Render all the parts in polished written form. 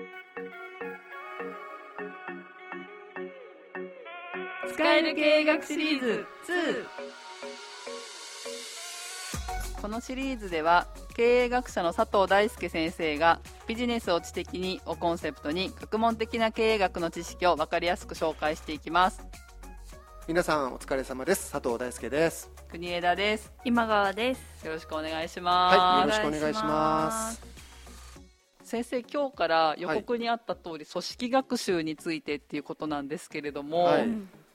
使える経営学シリーズ2。このシリーズでは経営学者の佐藤大輔先生がビジネスを知的にをコンセプトに学問的な経営学の知識を分かりやすく紹介していきます。 皆さんお疲れ様です。佐藤大輔です。 国枝です。 今川です。 よろしくお願いします。 はい、よろしくお願いします。 先生、今日から予告にあった通り、組織学習についてっていうことなんですけれども、 はい、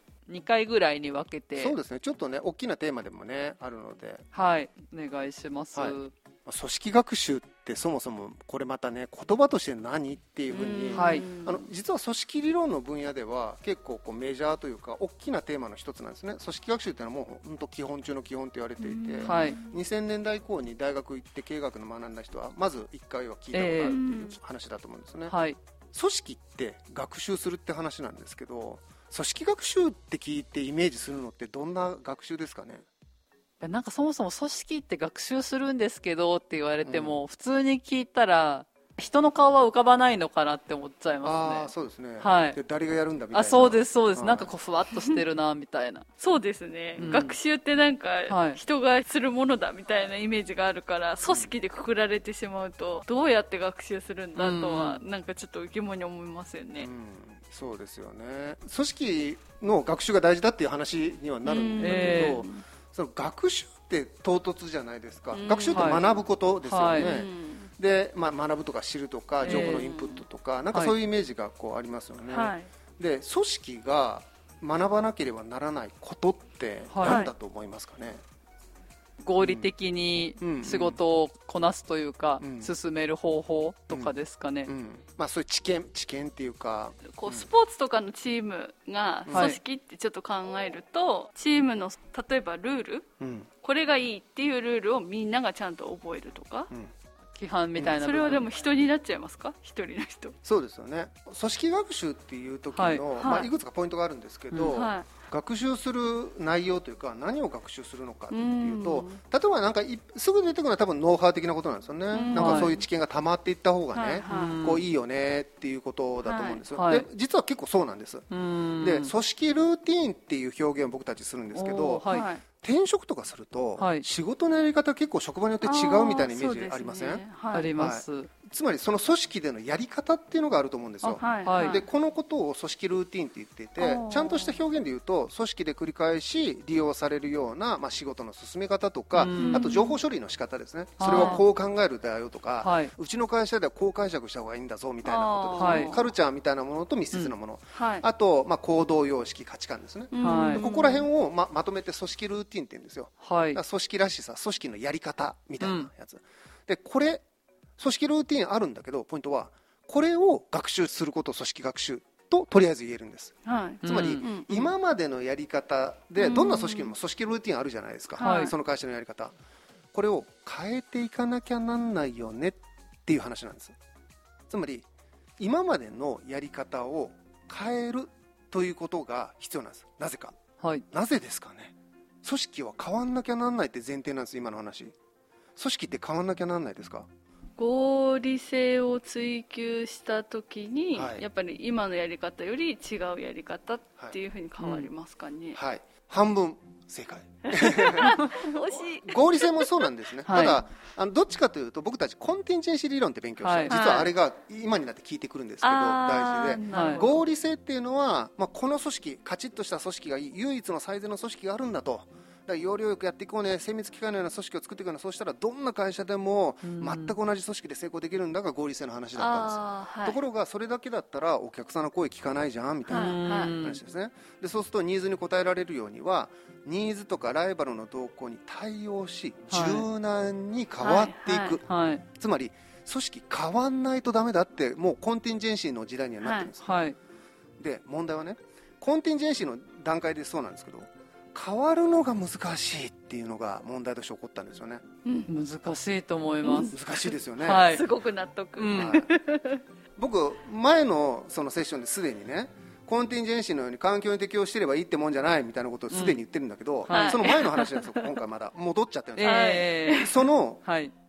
2回ぐらいに分けて。 そうですね、ちょっとね大きなテーマでもねあるので、 はい、お願いします。 はい、組織学習ってそもそもこれまたね言葉として何っていうふうに、 はい、 実は組織理論の分野では結構こうメジャーというか大きなテーマの一つなんですね。組織学習っていうのはもう本当基本中の基本と言われていて、 はい、 2000年代以降に大学行って経営学の学んだ人はまず1回は聞いたことあるっていう話だと思うんですね。 はい、 組織って学習するって話なんですけど、組織学習って聞いてイメージするのってどんな学習ですかね。 なんかそもそも組織って学習するんですけどって言われても、普通に聞いたら人の顔は浮かばないのかなって思っちゃいますね。 あ、そうですね、 はい、 で誰がやるんだみたいな。 そうですそうです、なんかこうふわっとしてるなみたいなそうですね、学習ってなんか人がするものだみたいなイメージがあるから、組織でくくられてしまうとどうやって学習するんだとはなんかちょっと疑問に思いますよね。 そうですよね。組織の学習が大事だっていう話にはなるんだけど、その学習って唐突じゃないですか。学習って学ぶことですよね。で、学ぶとか知るとか情報のインプットとか、なんかそういうイメージがこうありますよね。で、組織が学ばなければならないことって何だと思いますかね。 合理的に仕事をこなすというか、進める方法とかですかね。 そういう知見っていうか、 こうスポーツとかのチームが組織ってちょっと考えると、チームの例えばルール、これがいいっていうルールをみんながちゃんと覚えるとか、規範みたいな、 それはでも人になっちゃいますか、一人の人。 そうですよね。組織学習っていう時の、いくつかポイントがあるんですけど、学習する内容というか何を学習するのかっていうと、例えばなんかすぐ出てくるのは多分ノウハウ的なことなんですよね。なんかそういう知見が溜まっていった方がね、こういいよねっていうことだと思うんですよ。で、実は結構そうなんです。で、組織ルーティーンっていう表現を僕たちするんですけど、転職とかすると、仕事のやり方結構職場によって違うみたいなイメージありません？ あります。 つまりその組織でのやり方っていうのがあると思うんですよ。で、このことを組織ルーティンって言っていて、ちゃんとした表現で言うと組織で繰り返し利用されるような、仕事の進め方とか、あと情報処理の仕方ですね。それはこう考えるだよとか、うちの会社ではこう解釈した方がいいんだぞみたいなことですね。カルチャーみたいなものと密接なもの、あと、行動様式、価値観ですね。ここら辺を まとめて組織ルーティンって言うんですよ。組織らしさ、組織のやり方みたいなやつ、で、これ組織ルーティンあるんだけど、ポイントはこれを学習することを組織学習ととりあえず言えるんです。つまり、今までのやり方でどんな組織にも組織ルーティンあるじゃないですか、その会社のやり方、これを変えていかなきゃなんないよねっていう話なんです。つまり今までのやり方を変えるということが必要なんです。なぜか、なぜですかね。組織は変わんなきゃなんないって前提なんです。今の話、組織って変わんなきゃなんないですか。 合理性を追求したときに、やっぱり今のやり方より違うやり方っていうふうに変わりますかね。 半分正解惜しい。 合理性もそうなんですね。ただどっちかというと、僕たちコンティンジェンシー理論って勉強した、実はあれが今になって効いてくるんですけど、大事で、合理性っていうのは、この組織、カチッとした組織がいい、唯一の最善の組織があるんだと。要領よくやっていこうね、精密機械のような組織を作っていくのは、そうしたらどんな会社でも全く同じ組織で成功できるんだが合理性の話だったんです。ところがそれだけだったらお客さんの声聞かないじゃんみたいな話ですね。で、そうするとニーズに応えられるようには、ニーズとかライバルの動向に対応し柔軟に変わっていく、つまり組織変わんないとダメだって、もうコンティンジェンシーの時代にはなってるんです。で、問題はね、コンティンジェンシーの段階でそうなんですけど、変わるのが難しいっていうのが問題として起こったんですよね。 難しいと思います。 難しいですよね。 すごく納得。 僕前のそのセッションですでにね、コンティンジェンシーのように環境に適応してればいいってもんじゃないみたいなことをすでに言ってるんだけど、その前の話なんですよ。今回まだ戻っちゃってるんですよ。その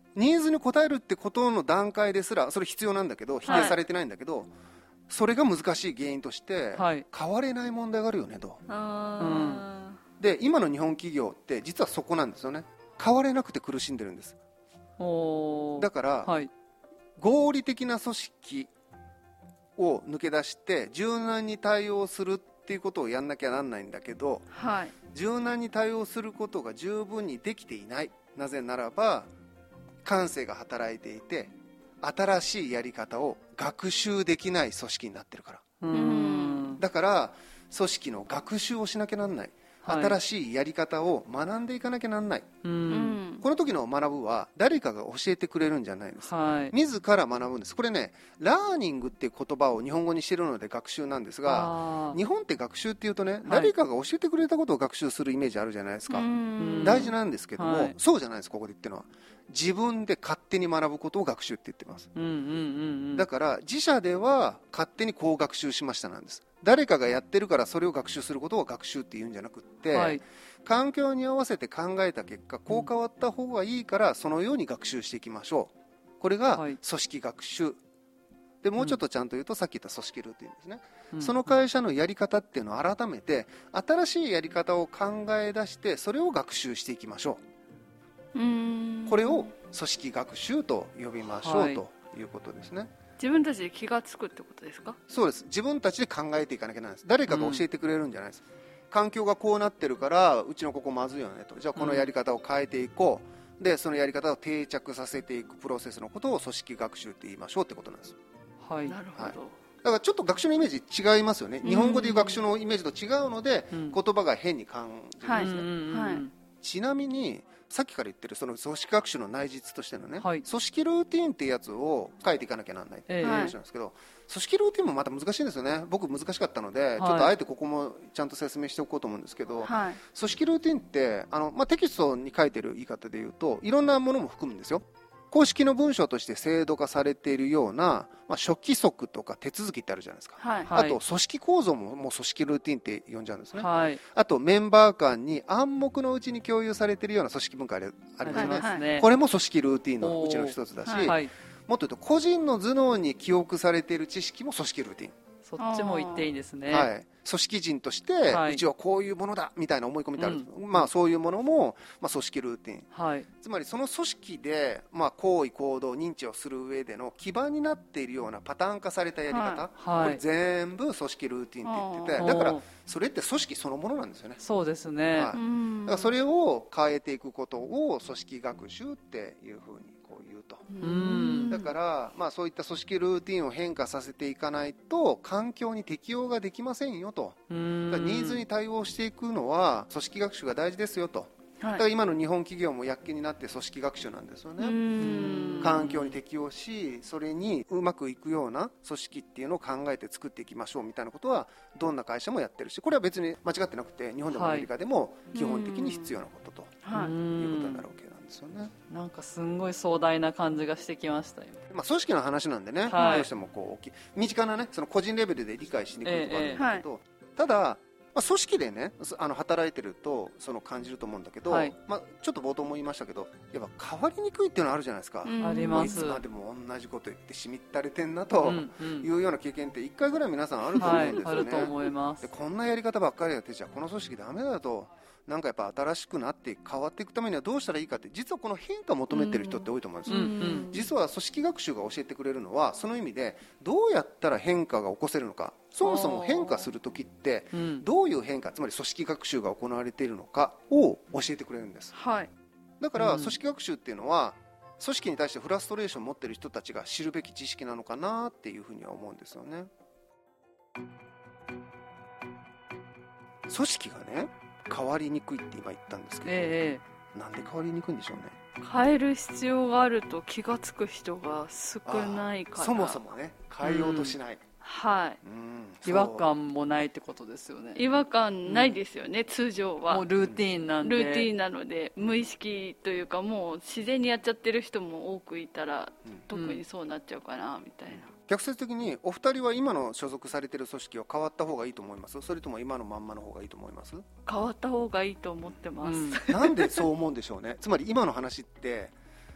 ニーズに応えるってことの段階ですらそれ必要なんだけど否定されてないんだけど、それが難しい原因として、変われない問題があるよねと。で今の日本企業って実はそこなんですよね。変われなくて苦しんでるんです。だから、合理的な組織を抜け出して柔軟に対応するっていうことをやんなきゃなんないんだけど、柔軟に対応することが十分にできていない。なぜならば感性が働いていて新しいやり方を学習できない組織になってるから。だから組織の学習をしなきゃなんない、新しいやり方を学んでいかなきゃなんない。この時の学ぶは誰かが教えてくれるんじゃないです、自ら学ぶんです。これね、ラーニングっていう言葉を日本語にしているので学習なんですが、日本って学習っていうとね、誰かが教えてくれたことを学習するイメージあるじゃないですか。大事なんですけども、そうじゃないです。ここで言ってるのは自分で勝手に学ぶことを学習って言ってます。だから自社では勝手にこう学習しましたなんです。誰かがやってるからそれを学習することを学習って言うんじゃなくって、環境に合わせて考えた結果こう変わった方がいいからそのように学習していきましょう。これが組織学習で、もうちょっとちゃんと言うとさっき言った組織ルーティンですね。その会社のやり方っていうのを改めて新しいやり方を考え出してそれを学習していきましょう。これを組織学習と呼びましょうということですね。 自分たちで気がつくってことですか？ そうです。自分たちで考えていかなきゃならないです。誰かが教えてくれるんじゃないです、環境がこうなってるからうちのここまずいよねと、じゃあこのやり方を変えていこう、でそのやり方を定着させていくプロセスのことを組織学習って言いましょうってことなんです。 なるほど、 だからちょっと学習のイメージ違いますよね。日本語でいう学習のイメージと違うので、言葉が変に感じるんですね。ちなみにさっきから言ってるその組織学習の内実としてのね、組織ルーティンっていうやつを書いていかなきゃならないっていう話なんですけど、組織ルーティンもまた難しいんですよね。僕難しかったので、ちょっとあえてここもちゃんと説明しておこうと思うんですけど、組織ルーティンってテキストに書いてる言い方で言うといろんなものも含むんですよ。公式の文章として制度化されているような、諸規則とか手続きってあるじゃないですか、あと組織構造ももう組織ルーティンって呼んじゃうんですね、あとメンバー間に暗黙のうちに共有されているような組織文化ありますね、これも組織ルーティンのうちの一つだし、もっと言うと個人の頭脳に記憶されている知識も組織ルーティン。 そっちも言っていいですね、 組織人として、うちはこういうものだみたいな思い込みってある、そういうものも、組織ルーティン、つまりその組織で、行為行動認知をする上での基盤になっているようなパターン化されたやり方、これ全部組織ルーティンって言ってて、だからそれって組織そのものなんですよね。 そうですね、 だからそれを変えていくことを組織学習っていうふうに言うと。だから、そういった組織ルーティンを変化させていかないと環境に適応ができませんよと。だからニーズに対応していくのは組織学習が大事ですよと。だから今の日本企業も躍起になって組織学習なんですよね。環境に適応しそれにうまくいくような組織っていうのを考えて作っていきましょうみたいなことはどんな会社もやってるし、これは別に間違ってなくて日本でもアメリカでも基本的に必要なことということになるわけなんですよね。 なんかすんごい壮大な感じがしてきましたよ。 組織の話なんでね、どうしても身近なねその個人レベルで理解しにくいところあるんだけど、ただ組織でね働いてると感じると思うんだけど、ちょっと冒頭も言いましたけどやっぱ変わりにくいっていうのはあるじゃないですか。 あります。 いつまでも同じこと言ってしみったれてんなというような経験って1回ぐらい皆さんあると思うんですよね。 あると思います。 でこんなやり方ばっかりやってじゃあこの組織ダメだと、なんかやっぱ新しくなって変わっていくためにはどうしたらいいかって、実はこの変化を求めてる人って多いと思うんですよ。実は組織学習が教えてくれるのはその意味でどうやったら変化が起こせるのか、そもそも変化するときってどういう変化、つまり組織学習が行われているのかを教えてくれるんです、だから組織学習っていうのは組織に対してフラストレーションを持っている人たちが知るべき知識なのかなっていうふうには思うんですよね。組織がね変わりにくいって今言ったんですけど、なんで変わりにくいんでしょうね。 変える必要があると気がつく人が少ないから、 そもそもね変えようとしない、 違和感もないってことですよね。 違和感ないですよね、通常はもうルーティーンなんで、 ルーティーンなので無意識というかもう自然にやっちゃってる人も多くいたら、特にそうなっちゃうかなみたいな。 逆説的にお二人は今の所属されている組織は変わった方がいいと思います？それとも今のまんまの方がいいと思います？ 変わった方がいいと思ってます、 なんでそう思うんでしょうね。つまり今の話って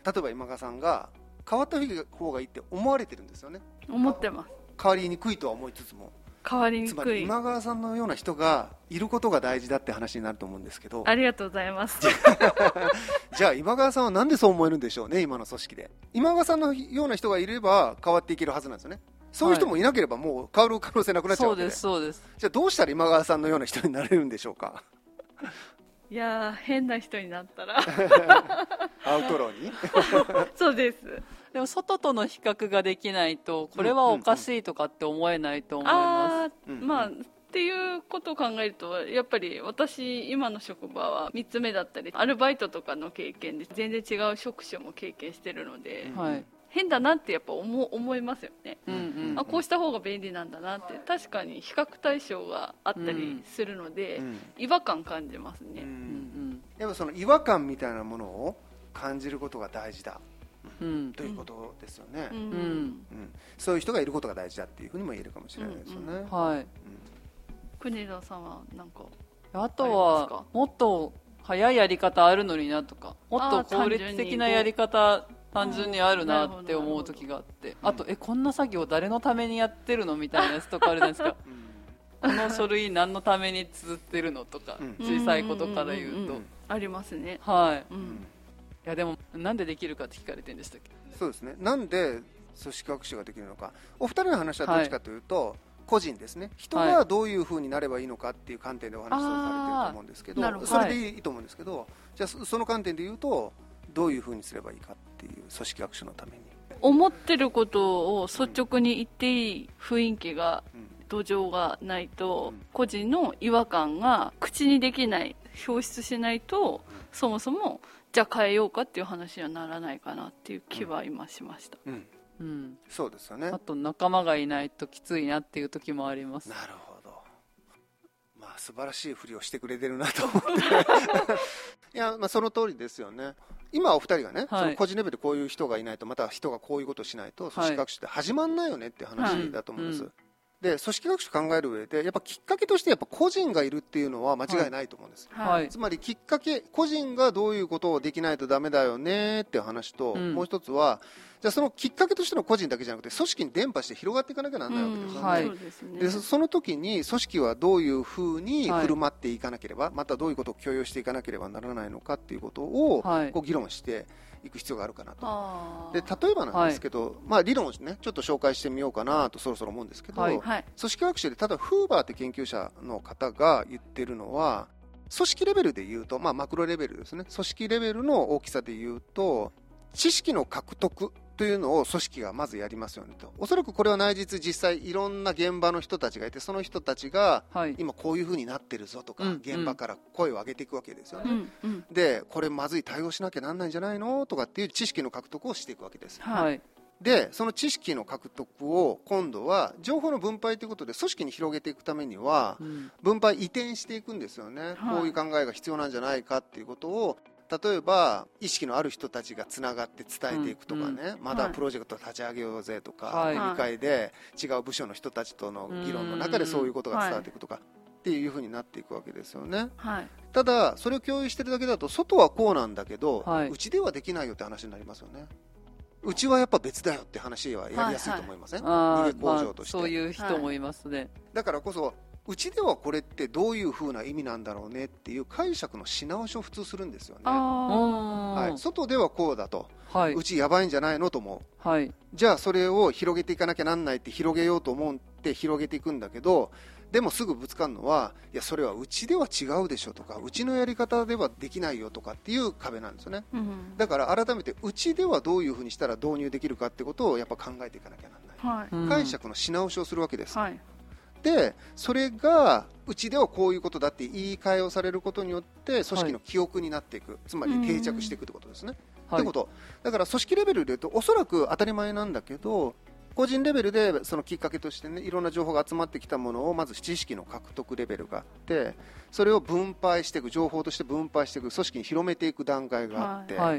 例えば今川さんが変わった方がいいって思われてるんですよね。 思ってます。 変わりにくいとは思いつつも、 変わりにくい、 つまり今川さんのような人がいることが大事だって話になると思うんですけど。 ありがとうございますじゃあ今川さんはなんでそう思えるんでしょうね。今の組織で今川さんのような人がいれば変わっていけるはずなんですよね。そういう人もいなければもう変わる可能性なくなっちゃうわけで、 そうです。 じゃあどうしたら今川さんのような人になれるんでしょうか。 いや変な人になったらアウトローにそうです。 でも外との比較ができないとこれはおかしいとかって思えないと思います。 まあっていうことを考えるとやっぱり私今の職場は3つ目だったりアルバイトとかの経験で全然違う職種も経験してるので、変だなってやっぱ思いますよね、こうした方が便利なんだなって確かに比較対象があったりするので、違和感感じますね、 やっぱその違和感みたいなものを感じることが大事だ、ということですよね、そういう人がいることが大事だっていうふうにも言えるかもしれないですよね。 国田さんは何かあとはもっと早いやり方あるのになとか、もっと効率的なやり方単純にあるなって思う時があって、あとこんな作業誰のためにやってるのみたいなやつとかあるじゃないですかこの書類何のために綴ってるのとか、小さいことから言うとありますね。 いやでもなんでできるかって聞かれてるんでしたっけ。 そうですね、なんで組織学習ができるのか。お二人の話はどっちかというと、個人ですね、人がどういうふうになればいいのかっていう観点でお話をされてると思うんですけど、それでいいと思うんですけど、じゃあその観点で言うとどういうふうにすればいいかっていう、組織学習のために思ってることを率直に言っていい雰囲気が、土壌がないと、個人の違和感が口にできない、表出しないと、そもそもじゃあ変えようかっていう話にはならないかなっていう気は今しました、 そうですよね。 あと仲間がいないときついなっていう時もあります。 なるほど、素晴らしいふりをしてくれてるなと思っていや、その通りですよね。今お二人がね、その個人レベルでこういう人がいないと、また人がこういうことをしないと組織学習って始まんないよねっていう話だと思うんです、で組織学習考える上でやっぱきっかけとしてやっぱ個人がいるっていうのは間違いないと思うんです、つまりきっかけ、個人がどういうことをできないとダメだよねっていう話と、もう一つはじゃあそのきっかけとしての個人だけじゃなくて組織に伝播して広がっていかなきゃならないわけですよね、でその時に組織はどういうふうに振る舞っていかなければ、またどういうことを共有していかなければならないのかっていうことを、こう議論していく必要があるかなと。で例えばなんですけど、理論をねちょっと紹介してみようかなとそろそろ思うんですけど、組織学習で例えばフーバーって研究者の方が言ってるのは、組織レベルで言うと、マクロレベルですね、組織レベルの大きさで言うと知識の獲得というのを組織がまずやりますよねと。おそらくこれは内実実際いろんな現場の人たちがいて、その人たちが今こういう風になってるぞとか、現場から声を上げていくわけですよね、でこれまずい対応しなきゃなんないんじゃないのとかっていう知識の獲得をしていくわけです、でその知識の獲得を今度は情報の分配ということで組織に広げていくためには、分配移転していくんですよね、こういう考えが必要なんじゃないかっていうことを、例えば意識のある人たちがつながって伝えていくとかね、まだプロジェクト立ち上げようぜとか、理解で違う部署の人たちとの議論の中でそういうことが伝わっていくとか、っていう風になっていくわけですよね、ただそれを共有してるだけだと外はこうなんだけど、うちではできないよって話になりますよね。うちはやっぱ別だよって話はやりやすいと思いません、逃げ工場として、 そういう人もいますね、 だからこそうちではこれってどういう風な意味なんだろうねっていう解釈のし直しを普通するんですよね。外ではこうだと、うちやばいんじゃないのと思う、じゃあそれを広げていかなきゃなんないって広げようと思って広げていくんだけど、でもすぐぶつかるのは、いやそれはうちでは違うでしょとか、うちのやり方ではできないよとかっていう壁なんですよね、だから改めてうちではどういう風にしたら導入できるかってことをやっぱ考えていかなきゃなんない、解釈のし直しをするわけです、でそれがうちではこういうことだって言い換えをされることによって組織の記憶になっていく、つまり定着していくってことですね、ってことだから組織レベルでいうとおそらく当たり前なんだけど、個人レベルでそのきっかけとしてね、いろんな情報が集まってきたものをまず知識の獲得レベルがあって、それを分配していく、情報として分配していく、組織に広めていく段階があって、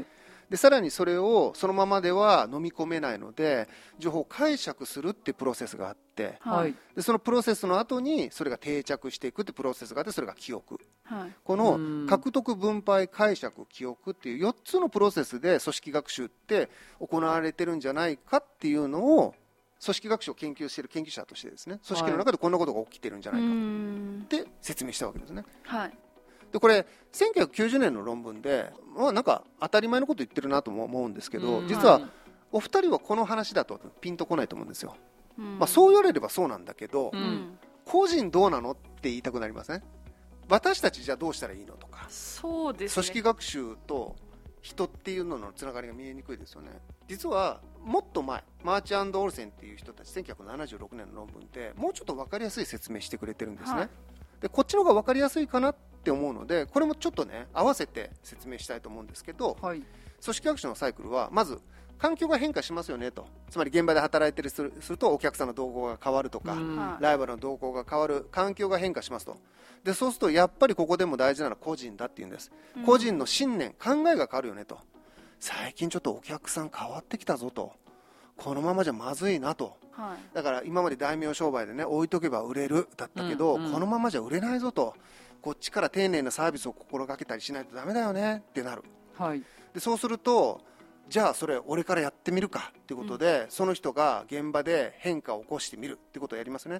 でさらにそれをそのままでは飲み込めないので情報を解釈するっていうプロセスがあって、はい、でそのプロセスの後にそれが定着していくってプロセスがあって、それが記憶、はい、この獲得分配解釈記憶っていう4つのプロセスで組織学習って行われてるんじゃないかっていうのを組織学習を研究している研究者としてですね、組織の中でこんなことが起きてるんじゃないかって説明したわけですね。はい、でこれ1990年の論文で、なんか当たり前のこと言ってるなとも思うんですけど、実はお二人はこの話だとピンとこないと思うんですよ。そう言われればそうなんだけど、個人どうなのって言いたくなりますね。私たちじゃあどうしたらいいのとか、 そうですね、 組織学習と人っていうののつながりが見えにくいですよね。実はもっと前、マーチ&オルセンっていう人たち1976年の論文でもうちょっと分かりやすい説明してくれてるんですね。はい、でこっちの方が分かりやすいかなって思うので、これもちょっとね合わせて説明したいと思うんですけど、はい、組織学習のサイクルはまず環境が変化しますよねと。つまり現場で働いてるするとお客さんの動向が変わるとか、ライバルの動向が変わる、環境が変化しますと。でそうするとやっぱりここでも大事なのは個人だっていうんです。個人の信念、考えが変わるよねと。最近ちょっとお客さん変わってきたぞと、このままじゃまずいなと、はい、だから今まで大名商売でね置いとけば売れるだったけど、このままじゃ売れないぞと、こっちから丁寧なサービスを心がけたりしないとダメだよねってなる、はい、でそうするとじゃあそれ俺からやってみるかっていうことで、その人が現場で変化を起こしてみるってことをやりますね。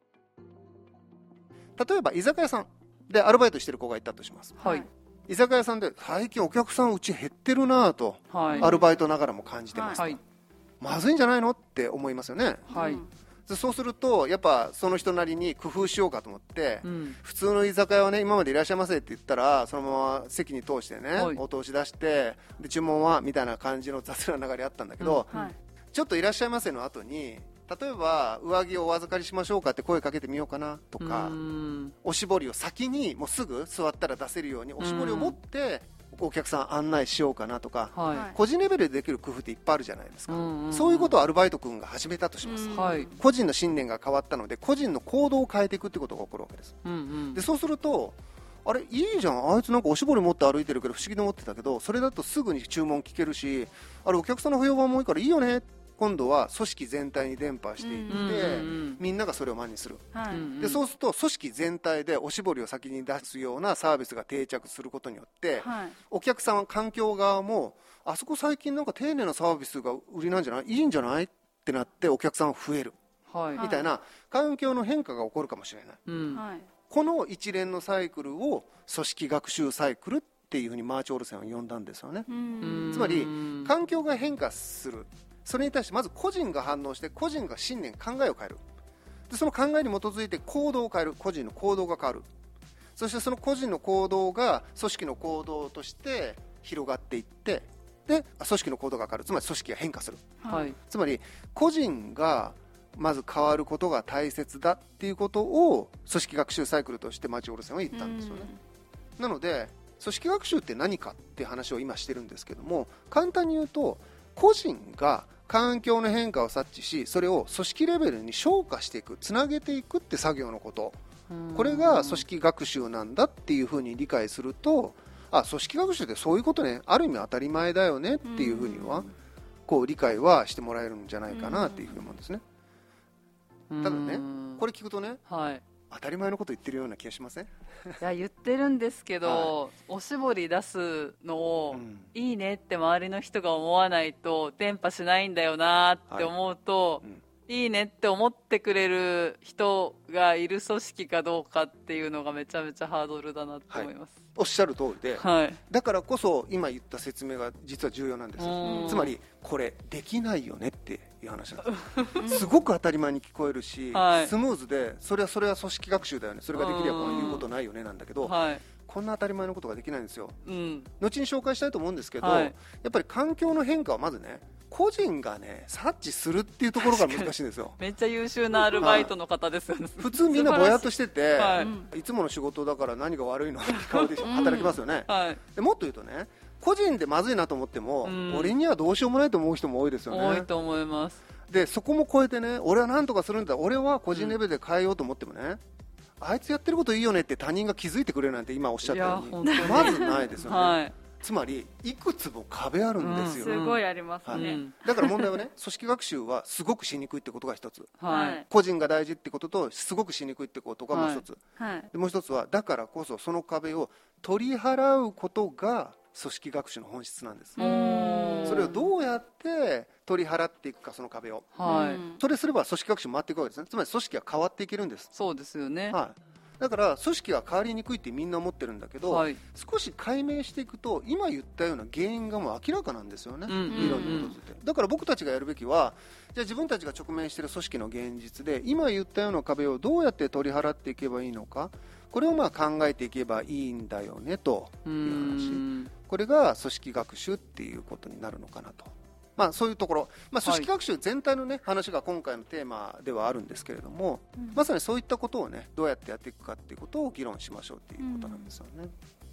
例えば居酒屋さんでアルバイトしてる子がいたとします、はい、居酒屋さんで最近お客さんうち減ってるなと、はい、アルバイトながらも感じてますと、はい、まずいんじゃないのって思いますよね、はい、でそうするとやっぱその人なりに工夫しようかと思って、普通の居酒屋はね今までいらっしゃいませって言ったらそのまま席に通してね、はい、お通し出してで注文はみたいな感じの雑な流れあったんだけど、はい、ちょっといらっしゃいませの後に例えば上着をお預かりしましょうかって声かけてみようかなとか、おしぼりを先にもうすぐ座ったら出せるようにおしぼりを持ってお客さん案内しようかなとか、個人レベルでできる工夫っていっぱいあるじゃないですか、そういうことをアルバイト君が始めたとします、個人の信念が変わったので個人の行動を変えていくってことが起こるわけです、でそうするとあれいいじゃん、あいつなんかおしぼり持って歩いてるけど不思議に思ってたけどそれだとすぐに注文聞けるし、あれお客さんの評判もいいからいいよね、今度は組織全体に伝播していって、みんながそれを真似する、でそうすると組織全体でおしぼりを先に出すようなサービスが定着することによって、お客さん環境側もあそこ最近なんか丁寧なサービスが売りなんじゃない、いいんじゃないってなってお客さん増える、みたいな環境の変化が起こるかもしれない、この一連のサイクルを組織学習サイクルっていうふうにマーチ・オルセンは呼んだんですよね。つまり環境が変化する、それに対してまず個人が反応して個人が信念考えを変える、でその考えに基づいて行動を変える、個人の行動が変わる、そしてその個人の行動が組織の行動として広がっていってで組織の行動が変わる、つまり組織が変化する、つまり個人がまず変わることが大切だっていうことを組織学習サイクルとしてマーチ・オルセンは言ったんですよね。なので組織学習って何かっていう話を今してるんですけども、簡単に言うと個人が環境の変化を察知しそれを組織レベルに昇華していく、つなげていくって作業のこと、これが組織学習なんだっていうふうに理解すると、あ、組織学習ってそういうことね、ある意味当たり前だよねっていうふうにはこう理解はしてもらえるんじゃないかなっていうふうに思うんですね。ただねこれ聞くとね、当たり前のこと言ってるような気がしません？いや言ってるんですけど、おしぼり出すのを、いいねって周りの人が思わないと伝播しないんだよなって思うと、いいねって思ってくれる人がいる組織かどうかっていうのがめちゃめちゃハードルだなって思います、 おっしゃる通りで、だからこそ今言った説明が実は重要なんです。つまりこれできないよねっていう話なんですすごく当たり前に聞こえるし、スムーズでそれは組織学習だよね、それができれば言うことないよねなんだけど、こんな当たり前のことができないんですよ、後に紹介したいと思うんですけど、やっぱり環境の変化はまずね個人がね察知するっていうところが難しいんですよめっちゃ優秀なアルバイトの方ですよね、 普通みんなぼやっとしてて、いつもの仕事だから何が悪いのって顔で働きますよね、でもっと言うとね個人でまずいなと思っても、俺にはどうしようもないと思う人も多いですよね。 多いと思います。 でそこも超えてね、俺は何とかするんだ、俺は個人レベルで変えようと思ってもね、あいつやってることいいよねって他人が気づいてくれるなんて今おっしゃったようにまずないですよね、 つまりいくつも壁あるんですよ、 すごいありますね、はい、 だから問題はね組織学習はすごくしにくいってことが一つ、 はい、 個人が大事ってこととすごくしにくいってことがもう一つ、 はい、 でもう一つはだからこそその壁を取り払うことが組織学習の本質なんです。それをどうやって取り払っていくか、その壁を、はい、それすれば組織学習回っていくわけですね。つまり組織は変わっていけるんです。 そうですよね、 はい、だから組織は変わりにくいってみんな思ってるんだけど、はい、少し解明していくと今言ったような原因がもう明らかなんですよね、理論に基づいて。だから僕たちがやるべきは、じゃあ自分たちが直面している組織の現実で今言ったような壁をどうやって取り払っていけばいいのか、これをまあ考えていけばいいんだよねという話。これが組織学習っていうことになるのかなと、まあ、そういうところ、まあ、組織学習全体の、ね、話が今回のテーマではあるんですけれども、まさにそういったことを、ね、どうやってやっていくかっていうことを議論しましょうっていうことなんですよね。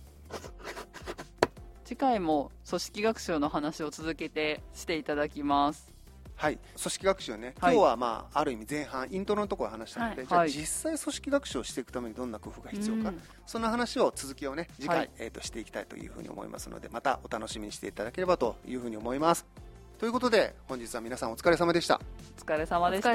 次回も組織学習の話を続けてしていただきます。 はい、組織学習ね、今日は、まあ、ある意味前半イントロのところを話したので、じゃあ実際組織学習をしていくためにどんな工夫が必要か、その話を続きをね次回、していきたいというふうに思いますので、またお楽しみにしていただければというふうに思います。ということで本日は皆さんお疲れ様でした。 お疲れ様でした。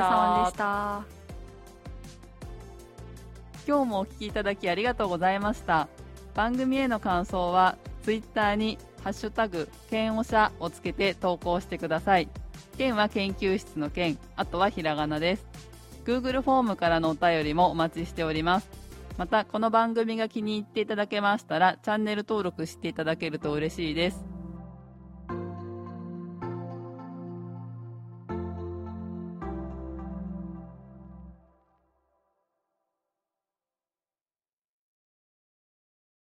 今日もお聞きいただきありがとうございました。番組への感想はツイッターにハッシュタグ剣おしゃをつけて投稿してください。剣は研究室の剣、あとはひらがなです。 Google フォームからのお便りもお待ちしております。またこの番組が気に入っていただけましたらチャンネル登録していただけると嬉しいです。